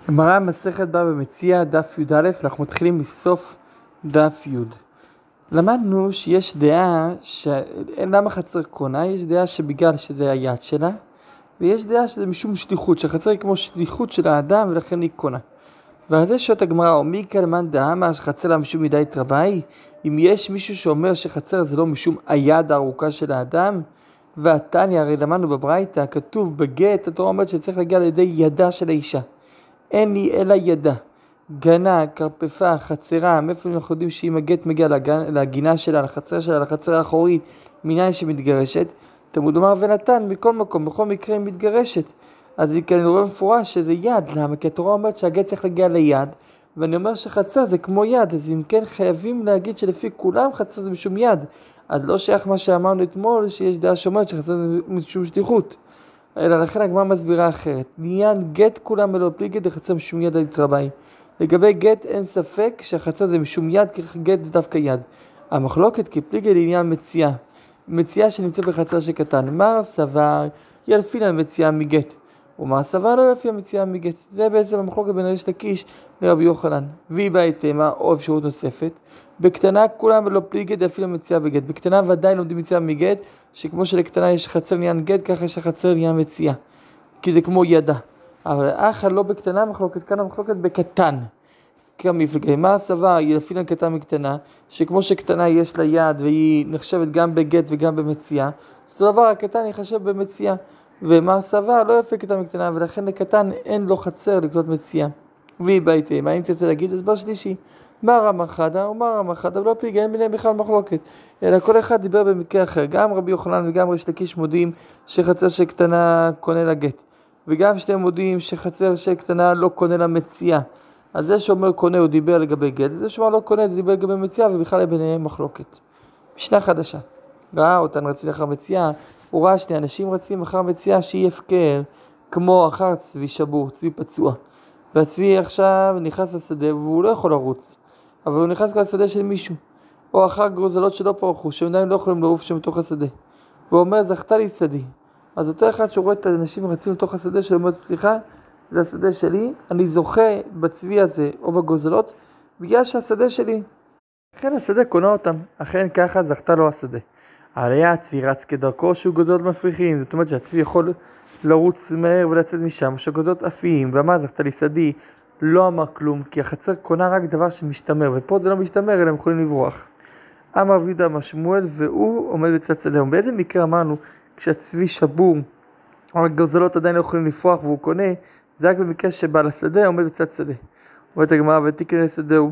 גמרא מסכת בבא מציעא דף י"א, אנחנו מתחילים מסוף דף י'. למדנו שיש דעה למה חצר קונה, יש דעה שבגלל שזה היד שלה, ויש דעה שזה משום שליחות, שחצר היא כמו שליחות של האדם ולכן היא קונה. ועל זה שואלת הגמרא, או מי כלמן דאמר שחצר לה משום ידי תרבי? אם יש מישהו שאומר שחצר זה לא משום היד הארוכה של האדם, והתניא, הרי למדנו בברייתא, כתוב בגט, התורה אומרת שצריך להגיע לידי ידה של האישה. אין לי אלא ידה, גנה, קרפפה, חצרה, מאיפה אנחנו יודעים שאם הגט מגיע לגינה שלה, לחצרה שלה, לחצרה האחורית, מניין שמתגרשת, תלמוד אומר ונתן, מכל מקום, בכל מקרה היא מתגרשת. אז אני רואה מפורש שזה יד, למה? כי התורה אומרת שהגט צריך להגיע ליד, ואני אומר שחצר זה כמו יד, אז אם כן חייבים להגיד שלפי כולם חצר זה משום יד. אז לא שייך מה שאמרנו אתמול, שיש דעה שאומרת שחצר זה משום שליחות. אלא לכן הגמרא מסבירה אחרת. לעניין גט כולם ולא פליגי דחצר משום יד דתרבי. לגבי גט אין ספק שהחצר זה משום יד, כי גט זה דווקא יד. המחלוקת כפליגי לעניין מציאה. מציאה שנמצאת בחצר שקטן. מר סבר ילפין על מציאה מגט. ומר סבר לא ילפין על מציאה מגט. זה בעצם המחלוקת בין ריש לקיש לרבי יוחנן. והיא בהתאמה או אפשרות נוספת. בקטנה כולם ולא פליגי דאפין על מציאה בגט. בקטנה ודאי לומדים מציאה מגט. שכמו שלקטנה יש חצר לעניין גט, ככה יש חצר לעניין מציאה. כי זה כמו ידה. אבל אחר לא בקטנה מחלוקת, כאן המחלוקת בקטן. כמפלגי, מה סבר ילפין על קטן מקטנה, שכמו שקטנה יש לה יד והיא נחשבת גם בגט וגם במציאה, זאת דבר הקטן יחשב במציאה. ומה סבר לא יפה קטן מקטנה, ולכן לקטן אין לו חצר לקנות מציאה. והיא בהתאמה, אם תרצה להגיד הסבר שלישי, מה רמא חדא ומה רמא חדא, ולא פליגי, אין ביניהם בכלל מחלוקת. אלא כל אחד דיבר במקרה אחר. גם רבי יוחנן וגם ריש לקיש מודיעים שחצר של קטנה קונה לגט. וגם שניהם מודיעים שחצר של קטנה לא קונה למציאה. אז זה שאומר קונה הוא דיבר לגבי גט, זה שאומר לא קונה הוא דיבר לגבי מציאה, ובכלל ביניהם מחלוקת. משנה חדשה. ראה אותן רצים אחר מציאה, הוא ראה שני אנשים רצים אחר מציאה שהיא הפקר, כמו אחר צבי שבור, צבי פצוע. והצבי עכשיו נכנס לשדה והוא לא יכול לרוץ, אבל הוא נכנס כבר לשדה של מישהו. או אחר גרוזלות שלא פרחו, שהם עדיין לא יכולים לעוף שם בתוך השדה. והוא אומר, זכתה לי שדי. אז אותו אחד שרואה את האנשים רצים לתוך השדה שלו, אומר, סליחה, זה השדה שלי, אני זוכה בצבי הזה או בגרוזלות, בגלל שהשדה שלי. לכן השדה קונה אותם, אכן ככה זכתה לו השדה. הרי הצבי רץ כדרכו שהוא גרוזלות מפריחים, זאת אומרת שהצבי יכול לרוץ מהר ולצאת משם, או שהגרוזלות עפים, ואמר זכתה לי שדי, לא אמר כלום, כי החצר קונה רק דבר שמשתמר, ופה זה לא משתמר, אלא הם יכולים לברוח. אמר רבי יהודה אמר שמואל, והוא עומד בצד שדה. באיזה מקרה אמרנו, כשהצבי שבור, או הגרזלות עדיין לא יכולים לפרוח והוא קונה, זה רק במקרה שבא לשדה, עומד בצד שדה. אומרת הגמרא, ותיקן לשדהו.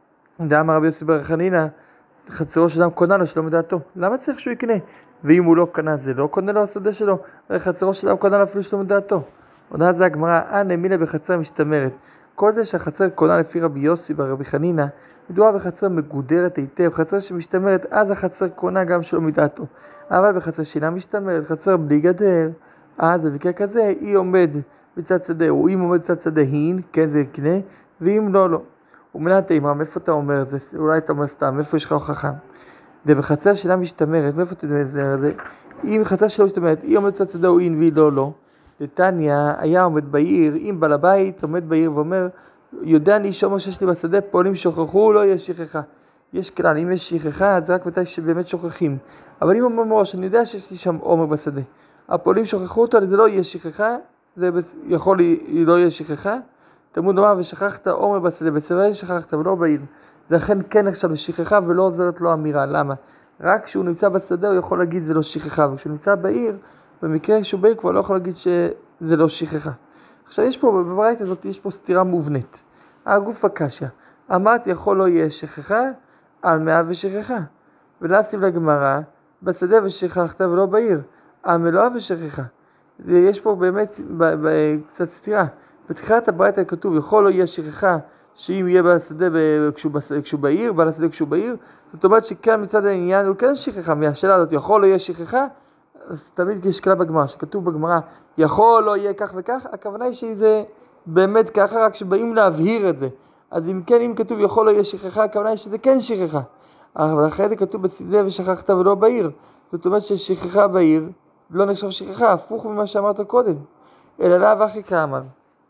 דאמר רבי יוסי בר חנינא, חצרו של אדם קונה לו שלא מדעתו. למה צריך שהוא יקנה? ואם הוא לא קנה, זה לא קונה לו השדה שלו, הרי חצרו של אדם קונה לו אפילו שלא מדעתו. עונה זה הגמרא, נאמינה בחצר משתמרת. כל זה שהחצר קונה לפי רבי יוסי ברבי חנינא, מדובר בחצר מגודרת היטב, חצר שמשתמרת, אז החצר קונה גם שלא מדעתו. אבל בחצר שאינה משתמרת, חצר בלי גדר, אז במקרה כזה היא עומד בצד שדה, או אם עומד בצד שדה הין, כן זה יקנה, ואם לא, לא. ומנת אימא, מאיפה אתה אומר זה? אולי אתה אומר סתם, מאיפה יש לך הוכחה? זה בחצר שאינה משתמרת, מאיפה אתה אומר זה? אם חצר שלא משתמרת, היא עומד בצד שדה או אין והיא לא, לא. דתניא היה עומד בעיר, אם בעל הבית עומד בעיר ואומר, יודע אני שאומר שיש לי בשדה, פועלים שוכחו, לא יהיה שכחה. יש כלל, אם יש שכחה, אז רק מתי שבאמת שוכחים. אבל אם אומר מראש, אני יודע שיש לי שם עומר בשדה. הפועלים שוכחו אותו, זה לא יהיה שכחה, זה יכול לא יהיה שכחה. תלמוד אומר, ושכחת עומר בשדה, בצבא שכחת ולא בעיר. זה אכן כן עכשיו שכחה ולא עוזרת לו אמירה. למה? רק כשהוא נמצא בשדה הוא יכול להגיד זה לא שכחה, וכשהוא נמצא בעיר, במקרה שהוא בעיר כבר לא יכול להגיד שזה לא שכחה. עכשיו יש פה, בברייתא הזאת יש פה סתירה מובנית. הגוף הקשיא, אמרת יכול לא יהיה שכחה, על מאה ושכחה. ולהסיב לגמרא, בשדה ושכחת ולא בעיר, על מלואה ושכחה. יש פה באמת קצת סתירה. בתחילת הברייתא כתוב, יכול לא יהיה שכחה, שאם יהיה בשדה כשהוא בעיר, בעל השדה כשהוא בעיר, זאת אומרת שכאן מצד העניין הוא כן שכחה, מהשאלה הזאת יכול לא יהיה שכחה, אז תמיד יש כלל בגמרא, שכתוב בגמרא, יכול לא יהיה כך וכך, הכוונה היא שזה באמת ככה, רק שבאים להבהיר את זה. אז אם כן, אם כתוב יכול לא יהיה שכחה, הכוונה היא שזה כן שכחה. אבל אחרי זה כתוב בשדה ושכחת ולא בעיר. זאת אומרת ששכחה בעיר לא נחשב שכחה, הפוך ממה שאמרת קודם. אלא לאו אחי כאמר.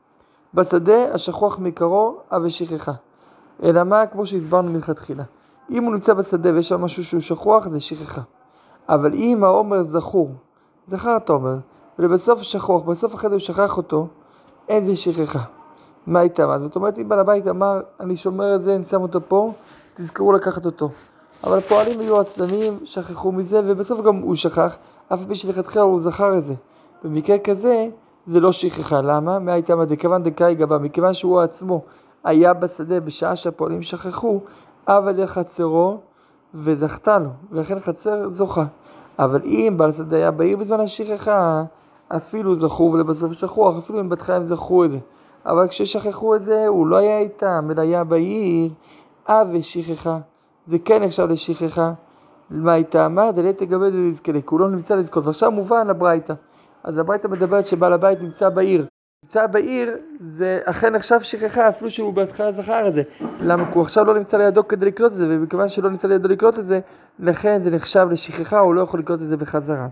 בשדה השכוח מקרו אב ושכחה. אלא מה? כמו שהסברנו מלכתחילה. אם הוא נמצא בשדה ויש שם משהו שהוא שכוח, זה שכחה. אבל אם העומר זכור, זכר את העומר, ולבסוף שכוח, בסוף אחרי זה הוא שכח אותו, אין זה שכחה. מה הייתה? זאת אומרת, אם בעל הבית אמר, אני שומר את זה, אני שם אותו פה, תזכרו לקחת אותו. אבל הפועלים היו עצלנים, שכחו מזה, ובסוף גם הוא שכח, אף פי שלכתחילה הוא זכר את זה. במקרה כזה, זה לא שכחה. למה? מה הייתה? דכיוון דקאי גבה, מכיוון שהוא עצמו היה בשדה בשעה שהפועלים שכחו, אבל לחצרו וזכתה לו, ולכן חצר זוכה. אבל אם בעל שדה היה בעיר בזמן השכחה, אפילו זכו ולבסוף שכוח, אפילו אם בתחילה הם זכו את זה. אבל כששכחו את זה, הוא לא היה איתם, אלא היה בעיר, ושכחה. זה כן נחשב לשכחה. מה הייתה? מה? דלת תגבד ולזכלה, כי הוא לא נמצא לזכות. ועכשיו מובן הברייתא. אז הברייתא מדברת שבעל הבית נמצא בעיר. נמצא בעיר, זה אכן נחשב שכחה, אפילו שהוא בהתחלה זכר את זה. למה? הוא עכשיו לא נמצא לידו כדי לקלוט את זה, ובכיוון שלא נמצא לידו לקלוט את זה, לכן זה נחשב לשכחה, הוא לא יכול לקלוט את זה בחזרה.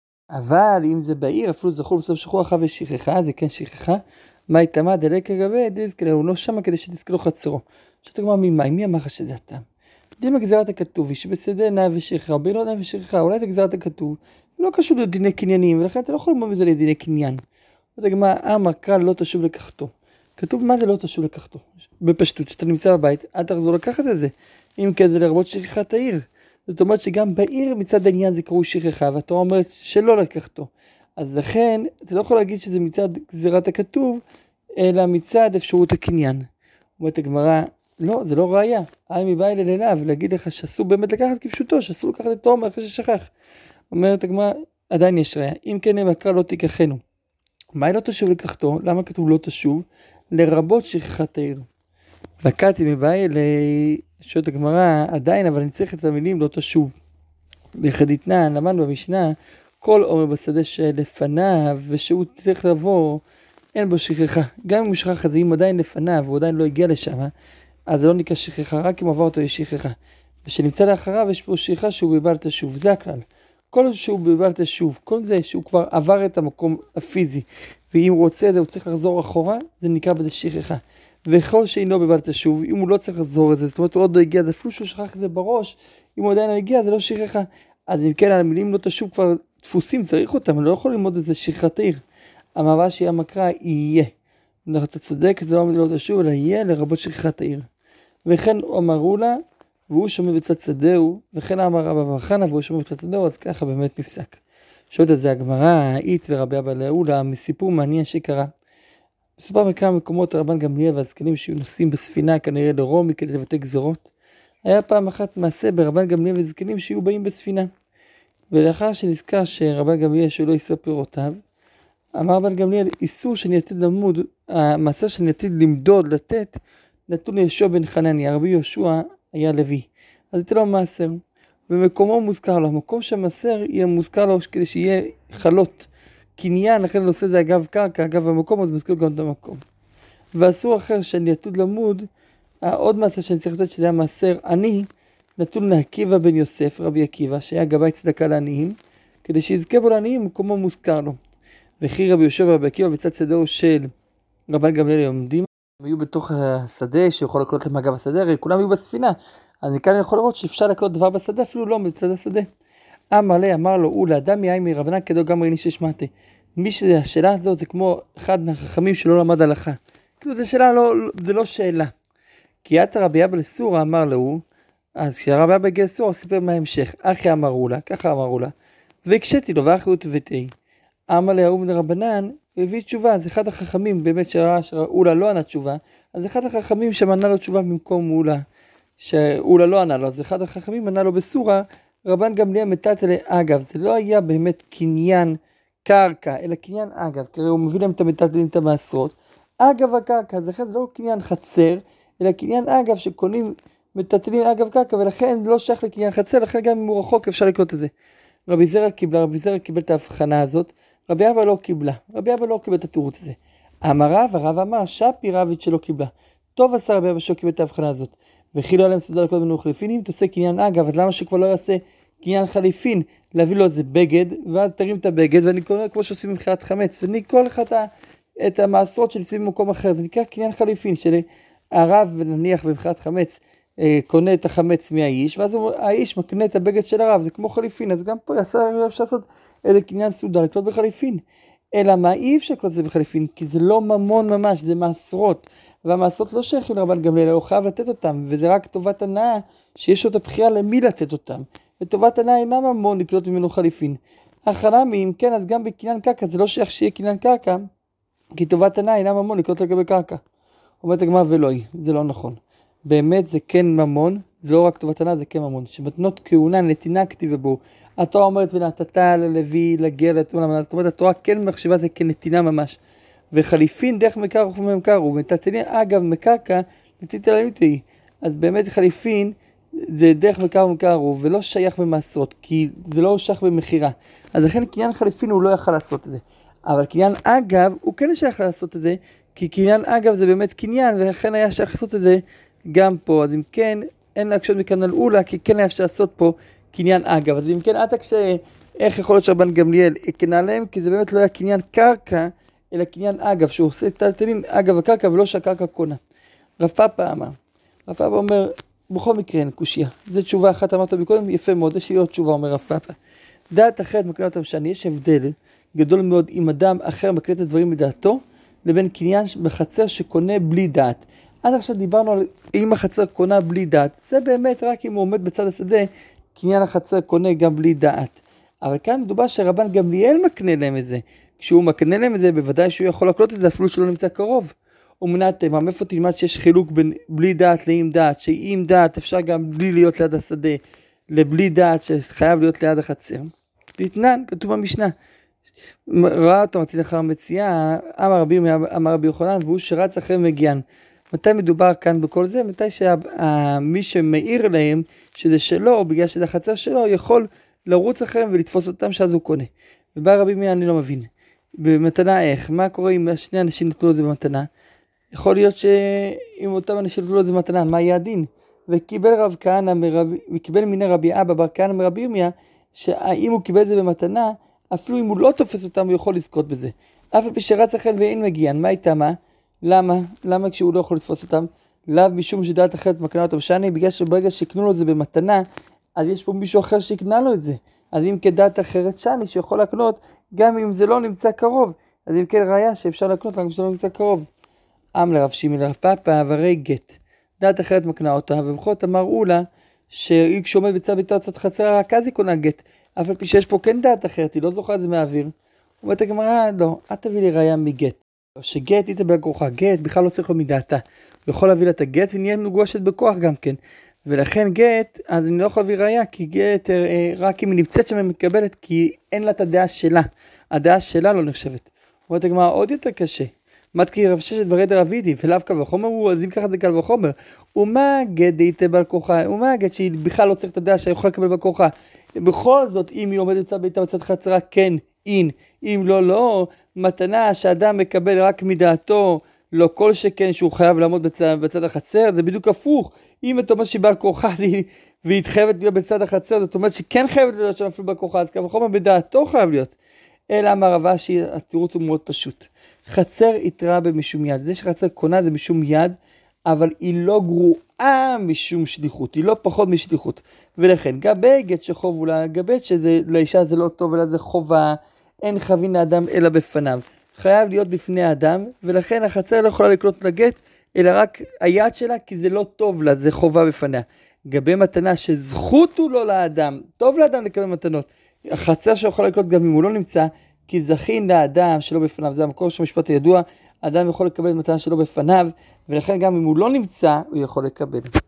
אבל אם זה בעיר, אפילו זכור בסוף שכוח ושכחה, זה כן שכחה. מה הייתה? דלק הגבי, דלזכלה, הוא לא שמה כדי שתזכלו חצרו. שאתה אומר, מי אמר לך שזה הטעם? דימה גזירת הכתוב, שבשדה נא ושכחה, או בלא נא ושכחה, אולי זה גזירת הכתוב, לא קשור לדיני קניינים, ולכן אתה לא יכול ללמוד מזה לדיני קניין. זה גם אמר קרא לא תשוב לקחתו. כתוב מה זה לא תשוב לקחתו? בפשטות, שאתה נמצא בבית, אל תחזור לקחת את זה. אם כן זה לרבות שכחת העיר. זאת אומרת שגם בעיר מצד העניין זה קראו שכחה, והתורה אומרת שלא לקחתו. אז לכן, אתה לא יכול להגיד שזה מצד גזירת הכתוב, אלא מצד אפשרות הקניין. אומרת הגמרא, לא, זה לא ראיה. מבא אל אליו, להגיד לך שאסור באמת לקחת כפשוטו, שאסור לקחת את העומר אחרי ששכח. אומרת הגמרא, עדיין יש ראיה. אם כן הם הקרא לא תיקחנו. מה לא תשוב לקחתו? למה כתוב לא תשוב? לרבות שכחת העיר. וקעתי מבא אל שואלת הגמרא, עדיין, אבל אני צריך את המילים לא תשוב. לחדיתנן, למדנו במשנה, כל עומר בשדה שלפניו, ושהוא צריך לבוא, אין בו שכחה. גם אם הוא שכח את זה, אם עדיין לפניו, והוא עדיין לא הגיע לשם, אז זה לא נקרא שכחה, רק אם עבר אותו יש שכחה. ושנמצא לאחריו, יש פה שכחה שהוא בבל תשוב. זה הכלל. כל שהוא בבל תשוב, כל זה שהוא כבר עבר את המקום הפיזי, ואם הוא רוצה את זה, הוא צריך לחזור אחורה, זה נקרא בזה שכחה. וכל שאינו בבל תשוב, אם הוא לא צריך לחזור את זה, זאת אומרת, הוא עוד לא הגיע, אפילו שהוא שכח את זה בראש, אם הוא עדיין לא הגיע, זה לא שכחה. אז אם כן, המילים לא תשוב כבר דפוסים, צריך אותם, אני לא יכול ללמוד את זה שכחת עיר. המעבר שיהיה מקרא, יהיה. אתה צודק, זה לא תשוב, אלא יהיה לרבות שכחת העיר. וכן אמרו לה, והוא שומע בצד שדהו, וכן אמר רבא בר חנא, והוא שומע בצד שדהו, אז ככה באמת נפסק. שואלת את זה הגמרא, אית ורבי אבא לאולה, מסיפור מעניין שקרה. מסופר בכמה מקומות רבן גמליאל והזקנים שהיו נוסעים בספינה, כנראה לרומי כדי לבטא גזרות. היה פעם אחת מעשה ברבן גמליאל וזקנים שהיו באים בספינה. ולאחר שנזכר שרבן גמליאל שלא יישא פירותיו, אמר רבן גמליאל, איסור שאני עתיד למוד, המעשה שאני עתיד למדוד, לתת, נתון ליהושע בן חנניה, רבי יהושע היה לוי. אז ייתן לו מעשר, ומקומו מוזכר לו, המקום שהמעשר יהיה מוזכר לו כדי שיהיה חלות קניין, לכן אני עושה זה אגב קרקע, אגב המקום, אז מזכיר גם את המקום. ואסור אחר שאני עתיד למוד, עוד מעשר שאני צריך לתת שזה המעשר עני, נתון לעקיבא בן יוסף, רבי עקיבא, שהיה גבאי צדקה לעניים, כדי שיזכה בו לעניים, מקומו מוזכר לו. וכי רבי יהושע ורבי עקיבא בצד שדהו של רבן גמליאל עומדים, הם היו בתוך השדה שיכול לקלוט להם אגב השדה, הרי כולם היו בספינה, אז מכאן אני יכול לראות שאפשר לקלוט דבר בשדה, אפילו לא מצד השדה. אמר לו, הוא לאדם יאי מרבנן כדו גם ראיני ששמעתי. מי שהשאלה הזאת זה כמו אחד מהחכמים שלא למד הלכה. כאילו זה לא שאלה. כי עתה רבי אבא לסורה אמר לו, אז כשרבי אבא הגיע לסורה סיפר מה ההמשך. אחי אמרו לה, ככה אמרו לה, והקשיתי לו ואחיות ותהי. אמר להוא מן רבנן, והביא תשובה, אז אחד החכמים באמת שאולה לא ענה תשובה, אז אחד החכמים שמנה לו תשובה במקום אולה, שאולה לא ענה לו, אז אחד החכמים ענה לו בסורה, רבן גמליאל מטלטל אגב, זה לא היה באמת קניין קרקע, אלא קניין אגב, כי הוא מביא להם את המטלטלים את המעשרות, אגב הקרקע, זה לא קניין חצר, אלא קניין אגב שקונים מטלטלים אגב קרקע, ולכן לא שייך לקניין חצר, לכן גם אם הוא רחוק אפשר לקלוט את זה. רבי זרע קיבל את ההבחנה הזאת, רבי אבא לא קיבלה, רבי אבא לא קיבל את התירוץ הזה. אמר הרב אמר, שפי רבית שלא קיבלה. טוב עשה רבי אבא שלא קיבל את ההבחנה הזאת. וכי לא עליהם סעודה לקלוט בנו חליפין, אם תעשה קניין אגב, אז למה שכבר לא יעשה קניין חליפין, להביא לו איזה בגד, ואז תרים את הבגד, ואני קורא כמו שעושים מבחירת חמץ, ואני כל אחד את המעשרות שנמצאים במקום אחר. זה נקרא קניין חליפין, שהרב נניח במכירת חמץ קונה את החמץ מהאיש, ואז האיש מקנה את הבגד של הרב, זה כמו חליפין. אז גם פה אפשר לעשות איזה קניין סעודה, לקנות בחליפין. אלא מה, אי אפשר לקנות את זה בחליפין, כי זה לא ממון ממש, זה מעשרות, והמעשרות לא שייכים לרבן גמליאל, הוא חייב לתת אותם, וזה רק טובת הנאה שיש לו את הבחירה למי לתת אותם, וטובת הנאה אינה ממון לקנות ממנו חליפין. החלמי, אם כן, אז גם בקניין קרקע, זה לא שייך שיהיה קניין קרקע, כי טובת הנאה אינה ממון לקנות לגבי קרקע. אומרת הגמרא ולא היא, זה לא נכון. באמת זה כן ממון, זה לא רק טובת הנאה, זה כן ממון. שמתנות כהונה, נתינה כתיבה בו. התורה אומרת ונתת ללוי, לגר, לתורה, זאת אומרת, התורה כן מחשיבה זה כנתינה ממש. וחליפין דרך מקר וממכר, ומתתנין אגב מקרקע, נתית ללימתי. אז באמת חליפין זה דרך מקר וממכר, ולא שייך במעשרות, כי זה לא שייך במחירה. אז לכן קניין חליפין הוא לא יכל לעשות את זה. אבל קניין אגב, הוא כן שייך לעשות את זה, כי קניין אגב זה באמת קניין, ולכן היה שייך לעשות את זה גם פה. אז אם כן, אין להקשות מכאן על אולה, כי כן היה אפשר לעשות פה קניין אגב. אז אם כן, איך יכול להיות שרבן גמליאל יקנה להם? כי זה באמת לא היה קניין קרקע, אלא קניין אגב, שהוא עושה טלטלין אגב הקרקע, ולא שהקרקע קונה. רב פאפא אמר, רב פאפא אומר, בכל מקרה אין קושיה. זו תשובה אחת, אמרת מקודם, יפה מאוד, יש לי עוד תשובה, אומר רב פאפא. דעת אחרת מקנה אותם שאני, יש הבדל גדול מאוד אם אדם אחר מקנה את הדברים בדעתו, לבין קניין בחצר שקונה בלי דעת. עד עכשיו דיברנו על אם החצר קונה בלי דעת, זה באמת רק אם הוא עומד בצד השדה, קניין החצר קונה גם בלי דעת. אבל כאן מדובר שרבן גמליאל מקנה להם את זה. כשהוא מקנה להם את זה, בוודאי שהוא יכול לקלוט את זה, אפילו שלא נמצא קרוב. ומנעתם, מאיפה תלמד שיש חילוק בין בלי דעת לעם דעת, שעם דעת אפשר גם בלי להיות ליד השדה, לבלי דעת שחייב להיות ליד החצר. תתנן, כתוב במשנה. ראה אותו מציא אחר מציאה, אמר רבי יוחנן, והוא שרץ אחרי מגיין. מתי מדובר כאן בכל זה? מתי שמי שמאיר להם שזה שלו, או בגלל שזה החצר שלו, יכול לרוץ אחריהם ולתפוס אותם שאז הוא קונה. ובא רבי מי אני לא מבין. במתנה איך? מה קורה אם שני אנשים נתנו את זה במתנה? יכול להיות שאם אותם אנשים נתנו את זה במתנה, מה יהיה הדין? וקיבל מיני רבי אבא בר כהנא מרבי ירמיה, שאם הוא קיבל את זה במתנה, אפילו אם הוא לא תופס אותם, הוא יכול לזכות בזה. אף על פי שרץ אחר ואין מגיען, מה איתה מה? למה כשהוא לא יכול לתפוס אותם? לאו משום שדעת אחרת מקנה אותם שאני, בגלל שברגע שיקנו לו את זה במתנה, אז יש פה מישהו אחר שיקנה לו את זה. אז אם כדעת אחרת שאני שיכול לקנות, גם אם זה לא נמצא קרוב, אז אם כן ראיה שאפשר לקנות גם כשזה לא נמצא קרוב. לרב שימי לרב פאפא, עברי גט. דעת אחרת מקנה אותה, ובמחות אמרו לה, שהיא כשעומד בצד ביתה הוצאת חצר, רק אז היא קונה גט. אף על פי שיש פה כן דעת אחרת, היא לא זוכרת את זה מהאוויר. אומרת הגמרא, לא, אל תביא לי ראיה מגט. שגט יתבל כוחה, גט בכלל לא צריך לו מדעתה. הוא יכול להביא לה את הגט ונהיה מגושת בכוח גם כן. ולכן גט, אז אני לא יכול להביא ראיה, כי גט רק אם היא נמצאת שם היא מקבלת, כי אין לה את הדעה שלה. הדעה שלה לא נחשבת. אומרת הגמרא, עוד יותר קשה. מתקי רב ששת ורד רבידי, ולאו קל וחומר, אז אם ככה זה קל וחומר. ומה גט יתבל כוחה? ומה גט שהיא בכלל לא צריך את הדעה שהיא יכולה לקבל בכוחה? בכל זאת, אם היא עומדת בצד ביתה בצד חצרה, כן, אין. אם לא, לא. מתנה שאדם מקבל רק מדעתו, לא כל שכן שהוא חייב לעמוד בצד החצר, זה בדיוק הפוך. אם אתה אומר שהיא בעל כוחה והיא חייבת להיות בצד החצר, זאת אומרת שכן חייבת להיות שם אפילו בעל כוחה, אז כמה חומר בדעתו חייב להיות. אלא אמר רבה שהתירוץ הוא מאוד פשוט. חצר יתרה במשום יד. זה שחצר קונה זה משום יד, אבל היא לא גרועה משום שליחות, היא לא פחות משליחות. ולכן גבי גט שחוב אולי, גבי שלאישה זה לא טוב, אלא זה חובה, אין חבין לאדם אלא בפניו. חייב להיות בפני האדם, ולכן החצר לא יכולה לקלוט לגט, אלא רק היד שלה, כי זה לא טוב לה, זה חובה בפניה. גבי מתנה שזכות הוא לא לאדם, טוב לאדם לקבל מתנות. החצר שיכולה לקלוט גם אם הוא לא נמצא, כי זכין לאדם שלא בפניו, זה המקור של המשפט הידוע, אדם יכול לקבל מתנה שלא בפניו, ולכן גם אם הוא לא נמצא, הוא יכול לקבל.